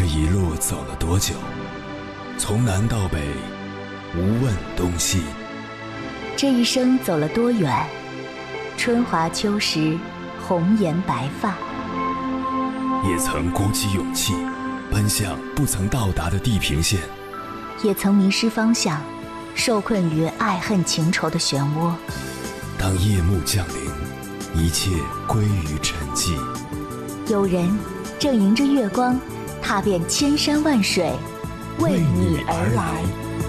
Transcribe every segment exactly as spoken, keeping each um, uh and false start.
这一路走了多久？从南到北，无问东西。 这一生走了多远？春华秋实，红颜白发。 也曾鼓起勇气，奔向不曾到达的地平线。 也曾迷失方向，受困于爱恨情仇的漩涡。 当夜幕降临，一切归于沉寂。 有人正迎着月光，踏遍千山万水，为你而来。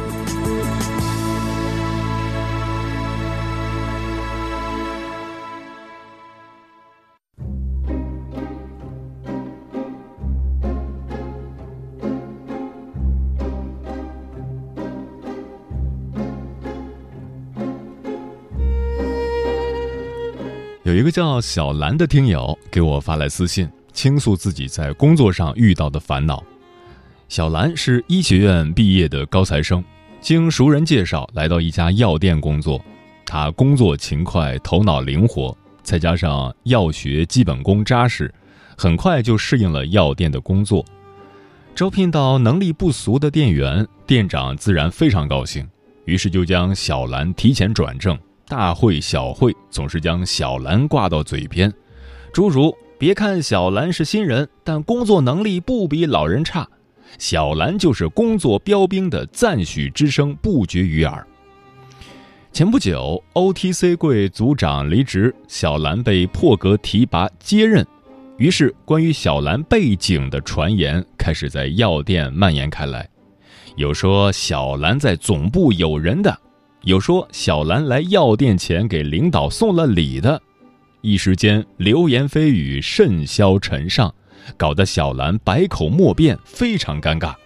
有一个叫小兰的听友给我发来私信，倾诉自己在工作上遇到的烦恼。小兰是医学院毕业的高材生，经熟人介绍来到一家药店工作。她工作勤快，头脑灵活，再加上药学基本功扎实，很快就适应了药店的工作。招聘到能力不俗的店员，店长自然非常高兴，于是就将小兰提前转正。大会小会总是将小兰挂到嘴边，诸如别看小兰是新人，但工作能力不比老人差，小兰就是工作标兵的赞许之声不绝于耳。前不久 O T C 柜组长离职，小兰被破格提拔接任，于是关于小兰背景的传言开始在药店蔓延开来，有说小兰在总部有人的，有说小兰来药店前给领导送了礼的，一时间流言蜚语甚嚣尘上，搞得小兰百口莫辩，非常尴尬。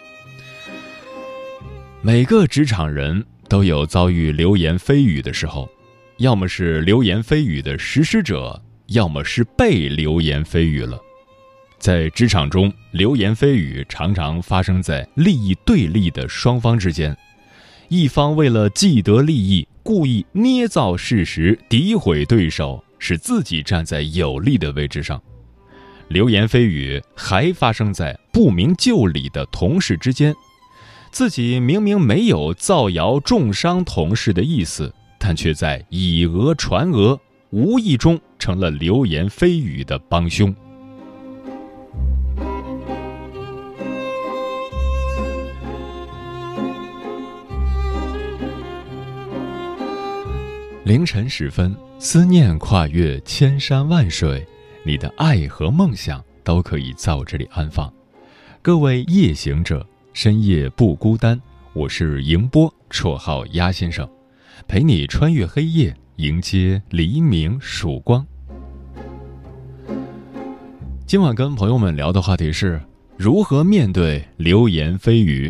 每个职场人都有遭遇流言蜚语的时候，要么是流言蜚语的实施者，要么是被流言蜚语了。在职场中，流言蜚语常常发生在利益对立的双方之间，一方为了既得利益，故意捏造事实，诋毁对手，使自己站在有利的位置上。流言蜚语还发生在不明就里的同事之间，自己明明没有造谣重伤同事的意思，但却在以讹传讹，无意中成了流言蜚语的帮凶。凌晨时分，思念跨越千山万水，你的爱和梦想都可以在我这里安放。各位夜行者，深夜不孤单，我是迎波，绰号鸭先生，陪你穿越黑夜，迎接黎明曙光。今晚跟朋友们聊的话题是如何面对流言蜚语。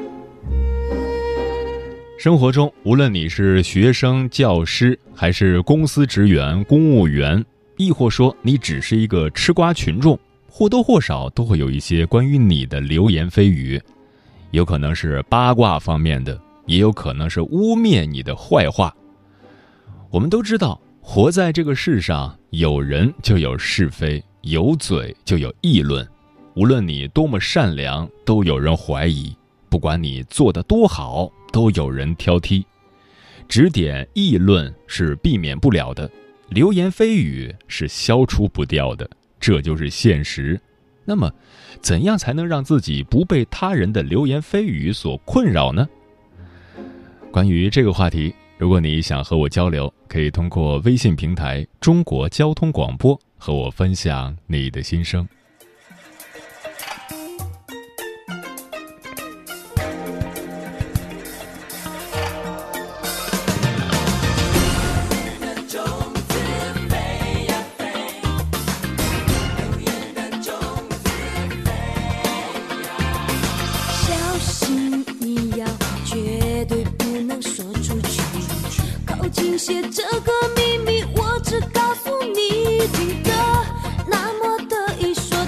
生活中，无论你是学生、教师，还是公司职员、公务员，亦或说你只是一个吃瓜群众，或多或少都会有一些关于你的流言蜚语，有可能是八卦方面的，也有可能是污蔑你的坏话。我们都知道，活在这个世上，有人就有是非，有嘴就有议论，无论你多么善良，都有人怀疑，不管你做得多好，都有人挑剔。指点议论是避免不了的，流言蜚语是消除不掉的，这就是现实。那么怎样才能让自己不被他人的流言蜚语所困扰呢？关于这个话题，如果你想和我交流，可以通过微信平台中国交通广播和我分享你的心声。 写这个秘密，我只告诉你，记得那么的一说，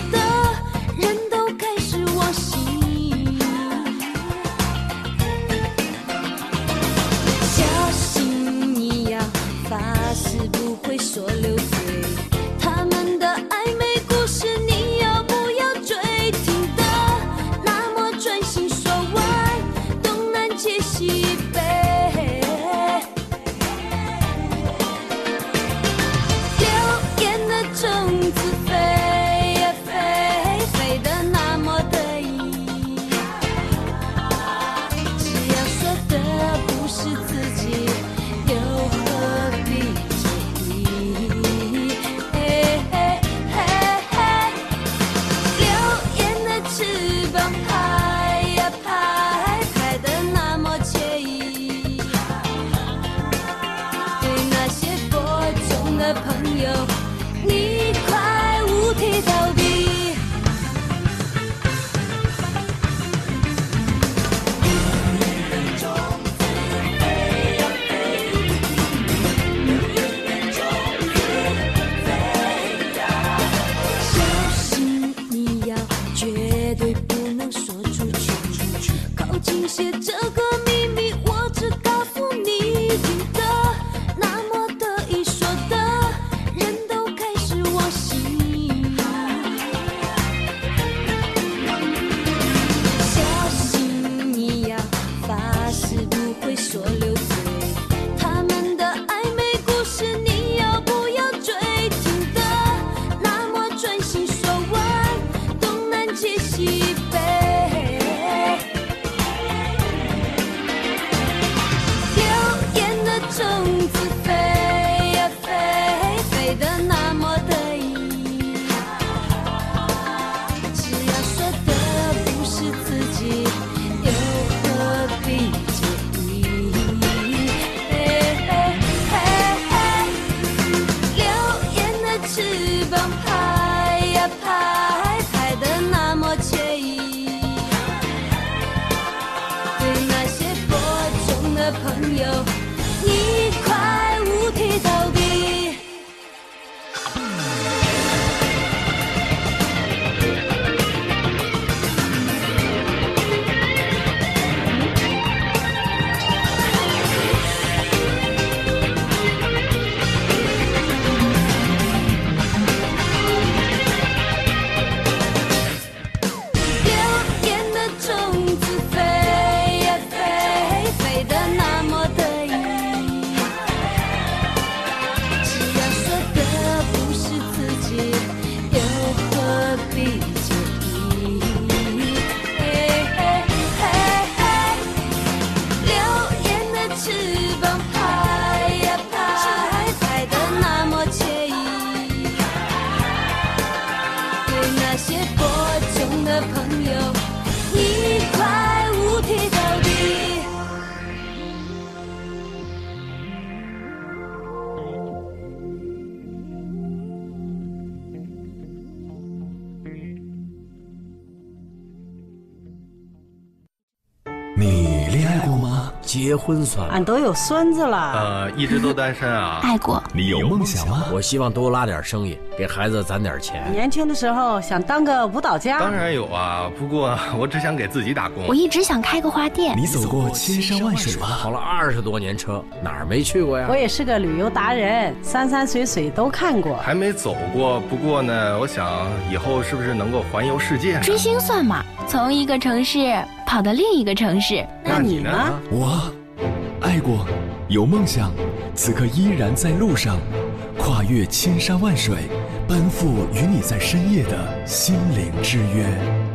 你恋爱过吗？ 结婚算了。 俺都有孙子了。 呃，一直都单身啊。 爱过。 你有梦想吗？ 我希望多拉点生意，给孩子攒点钱。 年轻的时候想当个舞蹈家。 当然有啊，不过我只想给自己打工。 我一直想开个花店。 你走过千山万水吗？ 跑了二十多年车，哪儿没去过呀？ 我也是个旅游达人，山山水水都看过。 还没走过，不过呢，我想以后是不是能够环游世界呢？ 追星算吗？从一个城市跑到另一个城市。 那你呢？ 我爱过，有梦想，此刻依然在路上，跨越千山万水，奔赴与你在深夜的心灵之约。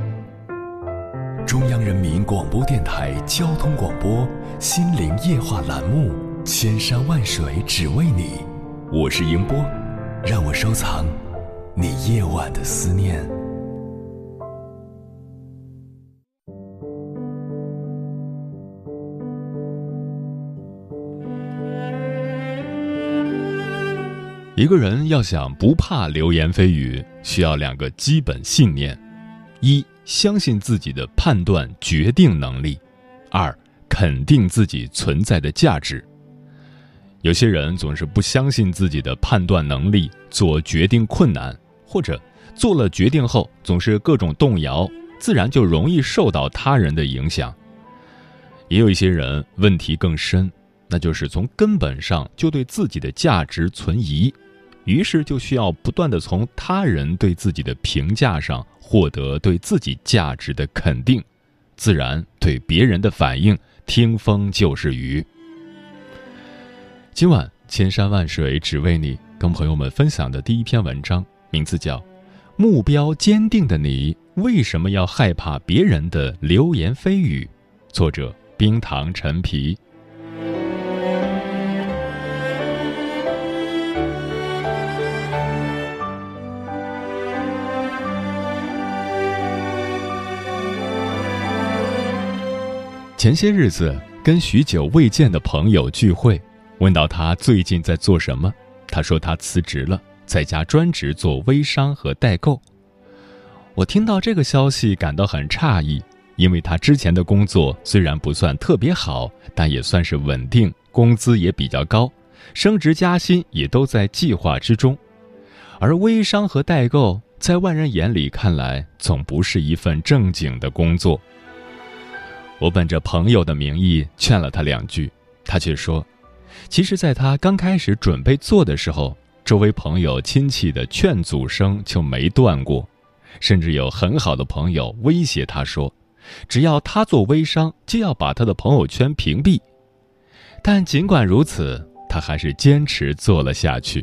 中央人民广播电台交通广播心灵夜话栏目，千山万水只为你，我是迎波，让我收藏你夜晚的思念。 一个人要想不怕流言蜚语，需要两个基本信念：一、相信自己的判断决定能力；二、肯定自己存在的价值。有些人总是不相信自己的判断能力，做决定困难，或者做了决定后总是各种动摇，自然就容易受到他人的影响。也有一些人问题更深，那就是从根本上就对自己的价值存疑，于是就需要不断地从他人对自己的评价上获得对自己价值的肯定，自然对别人的反应听风就是雨。今晚千山万水只为你，跟朋友们分享的第一篇文章，名字叫《目标坚定的你为什么要害怕别人的流言蜚语》，作者冰糖陈皮。前些日子跟许久未见的朋友聚会，问到他最近在做什么，他说他辞职了，在家专职做微商和代购。我听到这个消息感到很诧异，因为他之前的工作虽然不算特别好，但也算是稳定，工资也比较高，升职加薪也都在计划之中。而微商和代购在外人眼里看来总不是一份正经的工作。我本着朋友的名义劝了他两句，他却说，其实在他刚开始准备做的时候，周围朋友亲戚的劝阻声就没断过，甚至有很好的朋友威胁他说，只要他做微商就要把他的朋友圈屏蔽。但尽管如此，他还是坚持做了下去。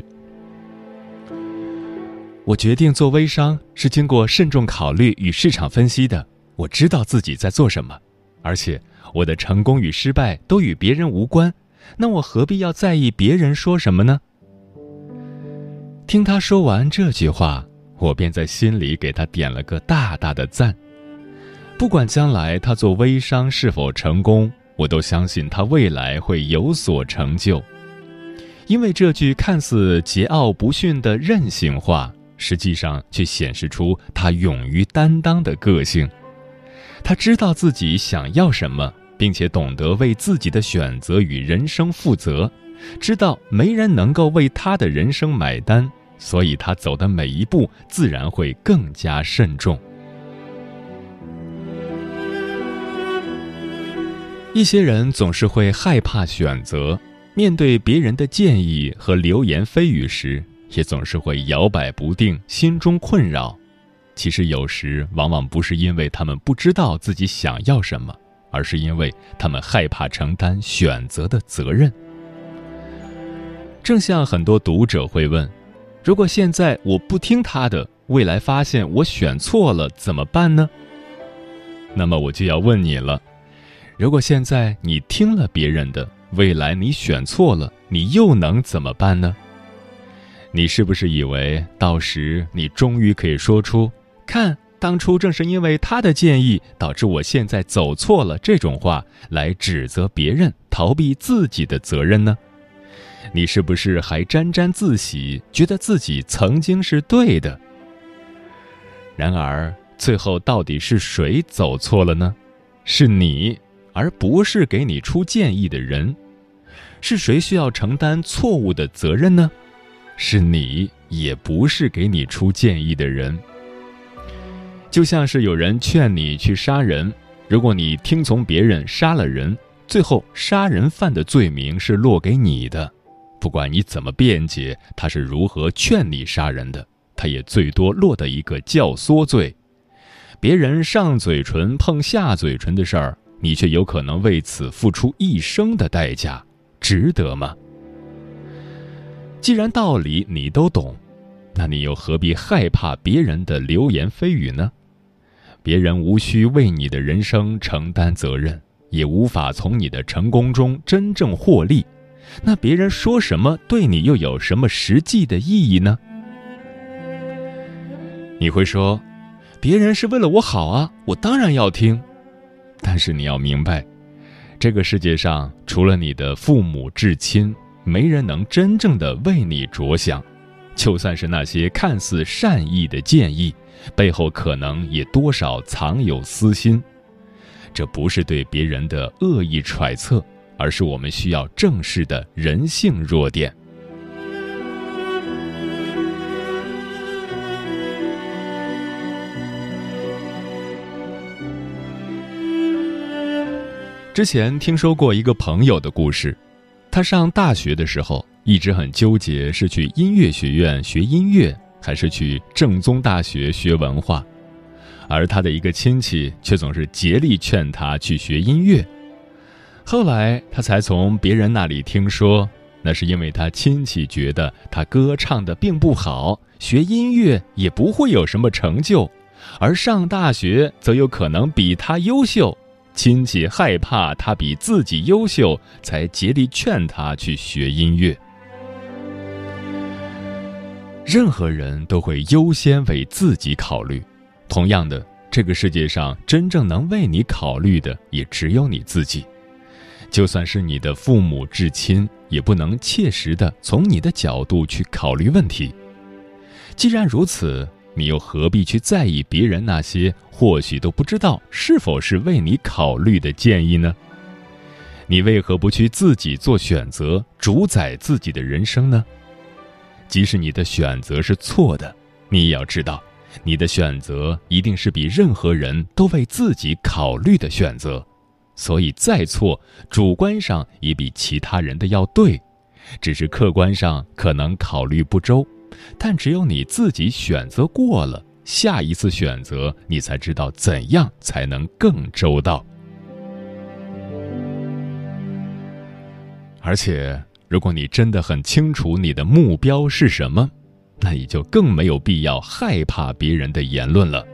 我决定做微商是经过慎重考虑与市场分析的，我知道自己在做什么，而且我的成功与失败都与别人无关，那我何必要在意别人说什么呢？听他说完这句话，我便在心里给他点了个大大的赞。不管将来他做微商是否成功，我都相信他未来会有所成就。因为这句看似桀骜不驯的任性话，实际上却显示出他勇于担当的个性。他知道自己想要什么，并且懂得为自己的选择与人生负责，知道没人能够为他的人生买单，所以他走的每一步自然会更加慎重。一些人总是会害怕选择，面对别人的建议和流言蜚语时，也总是会摇摆不定，心中困扰。其实有时往往不是因为他们不知道自己想要什么，而是因为他们害怕承担选择的责任。正像很多读者会问，如果现在我不听他的，未来发现我选错了怎么办呢？那么我就要问你了，如果现在你听了别人的，未来你选错了，你又能怎么办呢？你是不是以为到时你终于可以说出，看，当初正是因为他的建议导致我现在走错了这种话，来指责别人，逃避自己的责任呢？你是不是还沾沾自喜，觉得自己曾经是对的？然而最后到底是谁走错了呢？是你， 而不是给你出建议的人？是谁需要承担错误的责任呢？是你，也不是给你出建议的人。就像是有人劝你去杀人，如果你听从别人杀了人，最后杀人犯的罪名是落给你的，不管你怎么辩解，他是如何劝你杀人的，他也最多落得一个教唆罪。别人上嘴唇碰下嘴唇的事儿，你却有可能为此付出一生的代价，值得吗？既然道理你都懂，那你又何必害怕别人的流言蜚语呢？别人无需为你的人生承担责任，也无法从你的成功中真正获利，那别人说什么对你又有什么实际的意义呢？你会说，别人是为了我好啊，我当然要听。但是你要明白，这个世界上除了你的父母至亲，没人能真正的为你着想，就算是那些看似善意的建议，背后可能也多少藏有私心。这不是对别人的恶意揣测，而是我们需要正视的人性弱点。之前听说过一个朋友的故事，他上大学的时候一直很纠结，是去音乐学院学音乐，还是去正宗大学学文化，而他的一个亲戚却总是竭力劝他去学音乐。后来他才从别人那里听说，那是因为他亲戚觉得他歌唱得并不好，学音乐也不会有什么成就，而上大学则有可能比他优秀。亲戚害怕他比自己优秀，才竭力劝他去学音乐。任何人都会优先为自己考虑，同样的，这个世界上真正能为你考虑的也只有你自己。就算是你的父母至亲，也不能切实的从你的角度去考虑问题。既然如此，你又何必去在意别人那些或许都不知道是否是为你考虑的建议呢？你为何不去自己做选择，主宰自己的人生呢？即使你的选择是错的，你也要知道，你的选择一定是比任何人都为自己考虑的选择，所以再错，主观上也比其他人的要对，只是客观上可能考虑不周。但只有你自己选择过了，下一次选择你才知道怎样才能更周到。而且如果你真的很清楚你的目标是什么，那你就更没有必要害怕别人的言论了。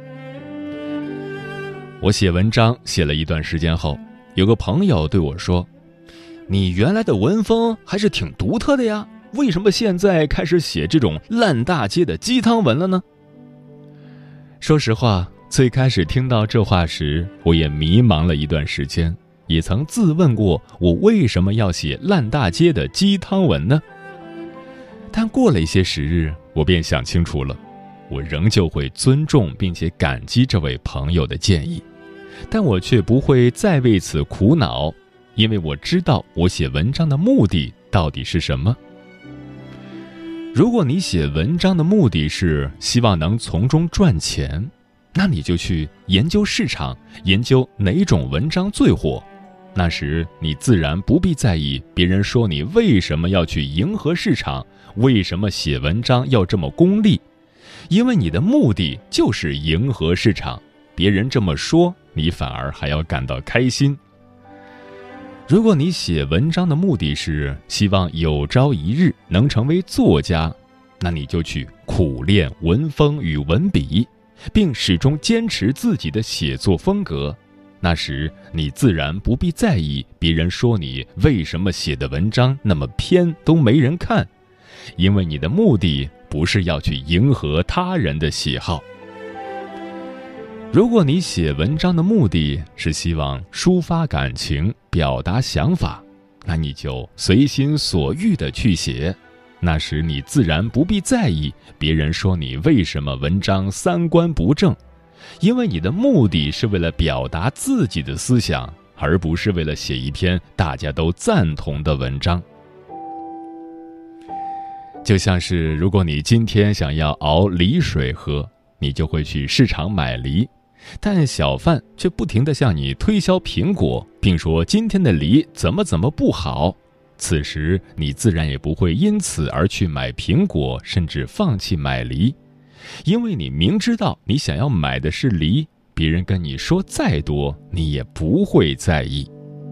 我写文章写了一段时间后，有个朋友对我说，你原来的文风还是挺独特的呀，为什么现在开始写这种烂大街的鸡汤文了呢？说实话，最开始听到这话时，我也迷茫了一段时间，也曾自问过我为什么要写烂大街的鸡汤文呢？但过了一些时日，我便想清楚了，我仍旧会尊重并且感激这位朋友的建议，但我却不会再为此苦恼，因为我知道我写文章的目的到底是什么。如果你写文章的目的是希望能从中赚钱，那你就去研究市场，研究哪种文章最火。那时你自然不必在意别人说你为什么要去迎合市场，为什么写文章要这么功利，因为你的目的就是迎合市场，别人这么说，你反而还要感到开心。如果你写文章的目的是希望有朝一日能成为作家，那你就去苦练文风与文笔，并始终坚持自己的写作风格。那时你自然不必在意别人说你为什么写的文章那么偏都没人看，因为你的目的不是要去迎合他人的喜好。如果你写文章的目的是希望抒发感情，表达想法，那你就随心所欲地去写，那时你自然不必在意别人说你为什么文章三观不正，因为你的目的是为了表达自己的思想， 而不是为了写一篇大家都赞同的文章。就像是如果你今天想要熬梨水喝，你就会去市场买梨，但小贩却不停地向你推销苹果，并说今天的梨怎么怎么不好，此时你自然也不会因此而去买苹果，甚至放弃买梨，因为你明知道你想要买的是梨，别人跟你说再多，你也不会在意。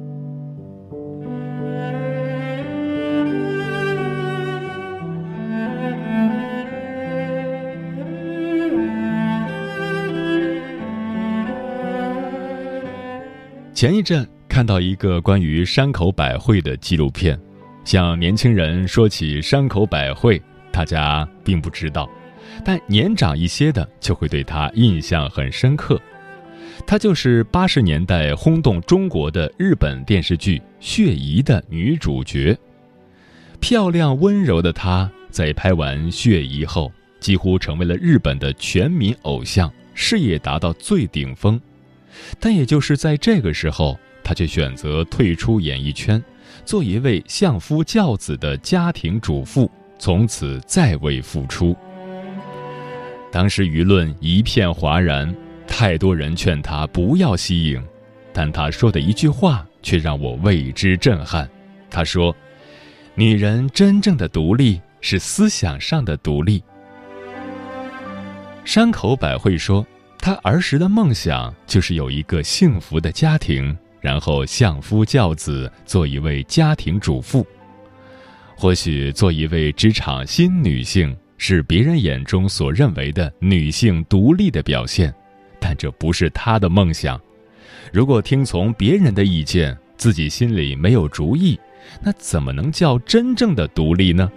前一阵看到一个关于山口百惠的纪录片，向年轻人说起山口百惠，大家并不知道，但年长一些的就会对她印象很深刻。她就是八十年代轰动中国的日本电视剧《血疑》的女主角。漂亮温柔的她，在拍完《血疑》后，几乎成为了日本的全民偶像，事业达到最顶峰。但也就是在这个时候，她却选择退出演艺圈，做一位相夫教子的家庭主妇，从此再未复出。当时舆论一片哗然，太多人劝她不要息影，但她说的一句话却让我为之震撼。她说：“女人真正的独立是思想上的独立。”山口百惠说，她儿时的梦想就是有一个幸福的家庭，然后相夫教子，做一位家庭主妇。或许做一位职场新女性是别人眼中所认为的女性独立的表现，但这不是她的梦想。如果听从别人的意见，自己心里没有主意，那怎么能叫真正的独立呢？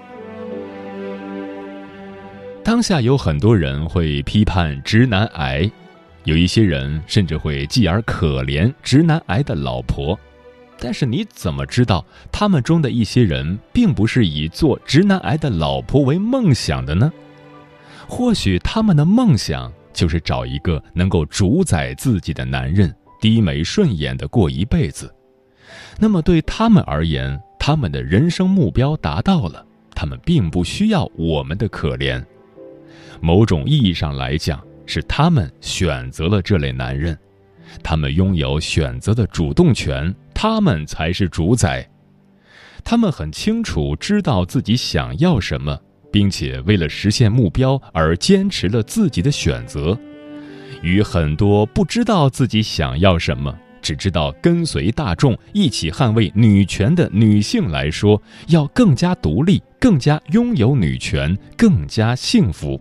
当下有很多人会批判直男癌，有一些人甚至会继而可怜直男癌的老婆，但是你怎么知道他们中的一些人并不是以做直男癌的老婆为梦想的呢？或许他们的梦想就是找一个能够主宰自己的男人，低眉顺眼地过一辈子。那么对他们而言，他们的人生目标达到了，他们并不需要我们的可怜。某种意义上来讲，是他们选择了这类男人，他们拥有选择的主动权，他们才是主宰。他们很清楚知道自己想要什么，并且为了实现目标而坚持了自己的选择。与很多不知道自己想要什么，只知道跟随大众一起捍卫女权的女性来说，要更加独立，更加拥有女权，更加幸福。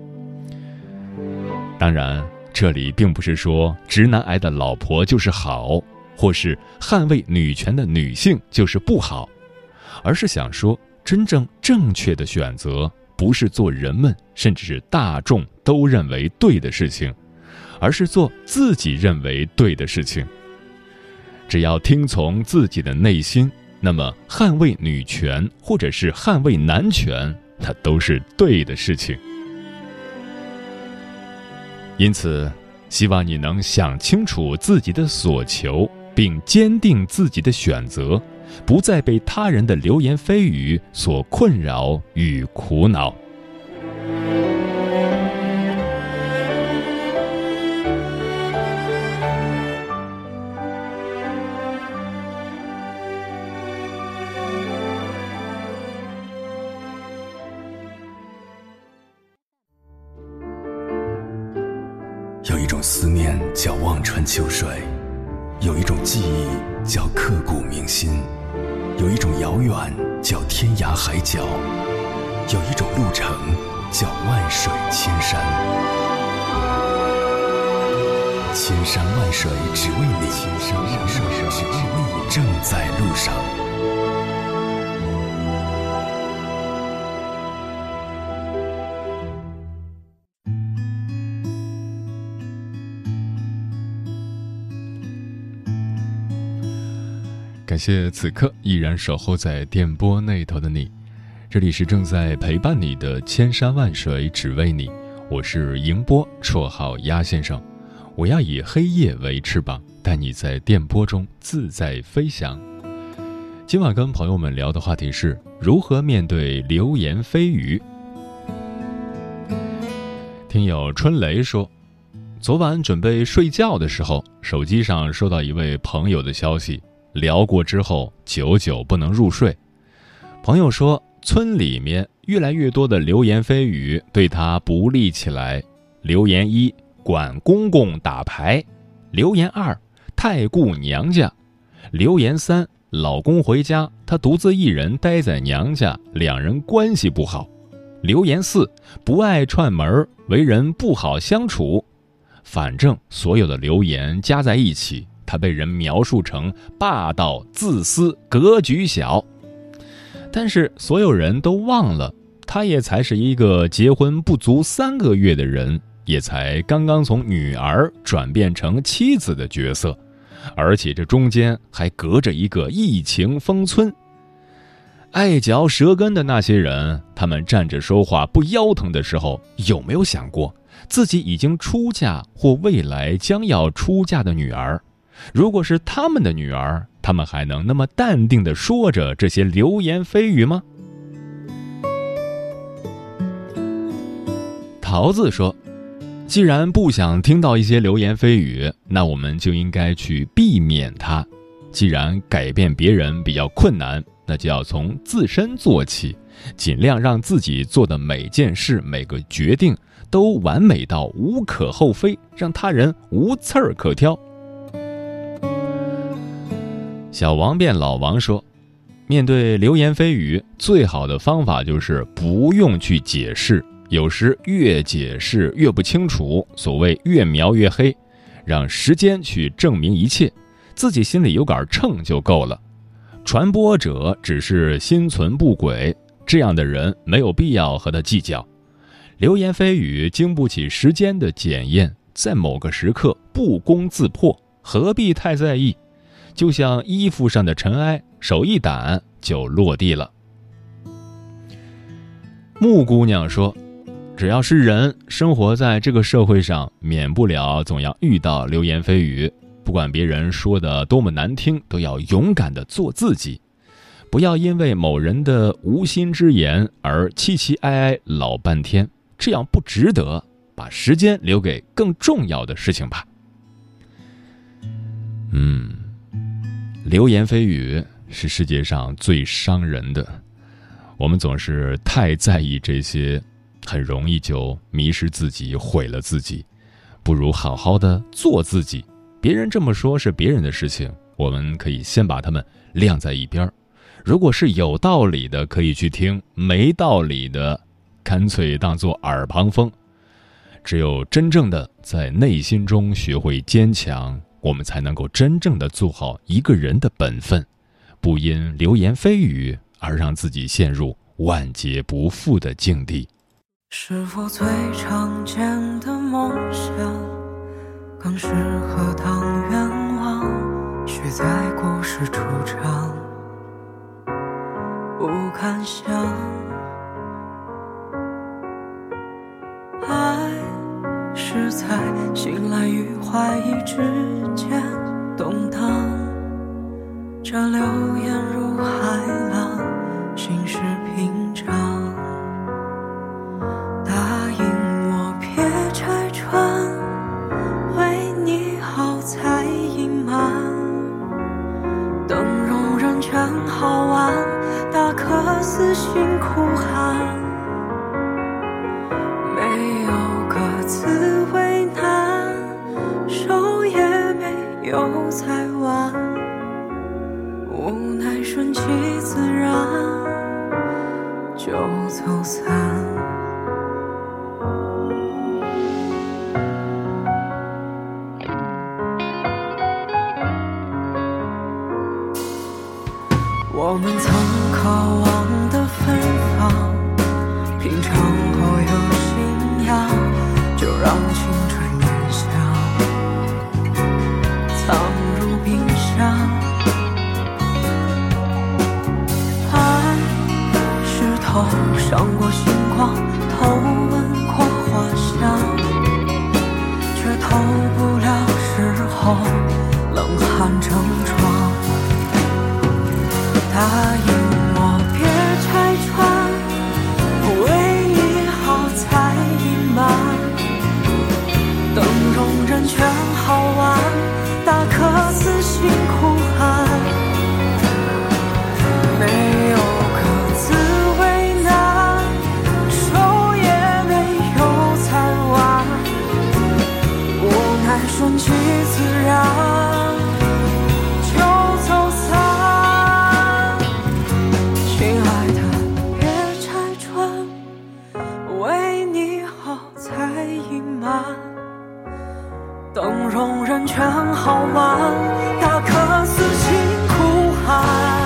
当然，这里并不是说直男癌的老婆就是好，或是捍卫女权的女性就是不好，而是想说，真正正确的选择不是做人们甚至是大众都认为对的事情，而是做自己认为对的事情。只要听从自己的内心，那么捍卫女权或者是捍卫男权，那都是对的事情。因此，希望你能想清楚自己的所求，并坚定自己的选择，不再被他人的流言蜚语所困扰与苦恼。 有一种思念叫望穿秋水，有一种记忆叫刻骨铭心，有一种遥远叫天涯海角，有一种路程叫万水千山。千山万水只为你，千山万水只为你，正在路上。 感谢此刻依然守候在电波那头的你，这里是正在陪伴你的千山万水只为你，我是迎波，绰号鸭先生。我要以黑夜为翅膀， 带你在电波中自在飞翔。今晚跟朋友们聊的话题是如何面对流言蜚语。听友春雷说，昨晚准备睡觉的时候，手机上收到一位朋友的消息，聊过之后久久不能入睡。朋友说，村里面越来越多的流言蜚语对他不利起来。流言一，管公公打牌；流言二，太顾娘家；流言三，老公回家，他独自一人待在娘家，两人关系不好；流言四，不爱串门，为人不好相处。反正所有的流言加在一起，他被人描述成霸道、自私、格局小。但是所有人都忘了，他也才是一个结婚不足三个月的人，也才刚刚从女儿转变成妻子的角色，而且这中间还隔着一个疫情封村。爱嚼舌根的那些人，他们站着说话不腰疼的时候，有没有想过自己已经出嫁或未来将要出嫁的女儿，如果是他们的女儿，他们还能那么淡定地说着这些流言蜚语吗？桃子说，既然不想听到一些流言蜚语，那我们就应该去避免它。既然改变别人比较困难，那就要从自身做起，尽量让自己做的每件事、每个决定都完美到无可厚非，让他人无刺儿可挑。小王变老王说，面对流言蜚语，最好的方法就是不用去解释，有时越解释越不清楚，所谓越描越黑，让时间去证明一切，自己心里有杆秤就够了。传播者只是心存不轨，这样的人没有必要和他计较。流言蜚语经不起时间的检验，在某个时刻不攻自破，何必太在意？就像衣服上的尘埃，手一掸就落地了。木姑娘说，只要是人生活在这个社会上，免不了总要遇到流言蜚语，不管别人说的多么难听，都要勇敢地做自己，不要因为某人的无心之言而凄凄哀哀老半天，这样不值得，把时间留给更重要的事情吧。嗯，流言蜚语是世界上最伤人的，我们总是太在意这些，很容易就迷失自己，毁了自己，不如好好的做自己。别人这么说是别人的事情，我们可以先把他们晾在一边。如果是有道理的可以去听，没道理的干脆当作耳旁风。只有真正的在内心中学会坚强，我们才能够真正的做好一个人的本分，不因流言蜚语而让自己陷入万劫不复的境地。 是否最常见的梦想，更适合当愿望，需在故事出场，不敢想。爱是在醒来与怀疑之间动荡，这流言如海浪，心事平常。答应我别拆穿，为你好才隐瞒，等容忍真好玩，大可撕心哭喊，没有各自为难，手也没有再挽，无奈顺其自然就走散。我们曾渴望的芬芳，品尝后有信仰，就让青春烟香藏入冰箱。爱是头上过星光，头吻过花香，却透不了时候人全好玩，大可私信哭喊，没有各自为难，手也没有残挽，无奈顺其自然就走散。亲爱的别拆穿，为你好才隐瞒，等容忍全好玩，大可私信哭喊，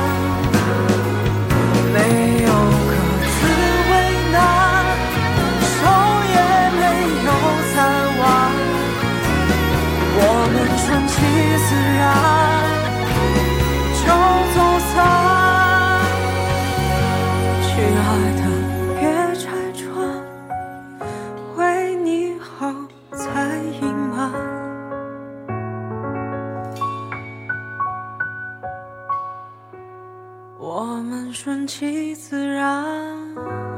没有各自为难，手也没有残挽，我们顺其自然就走散。亲爱的别拆穿，为你好才隐瞒，我们顺其自然。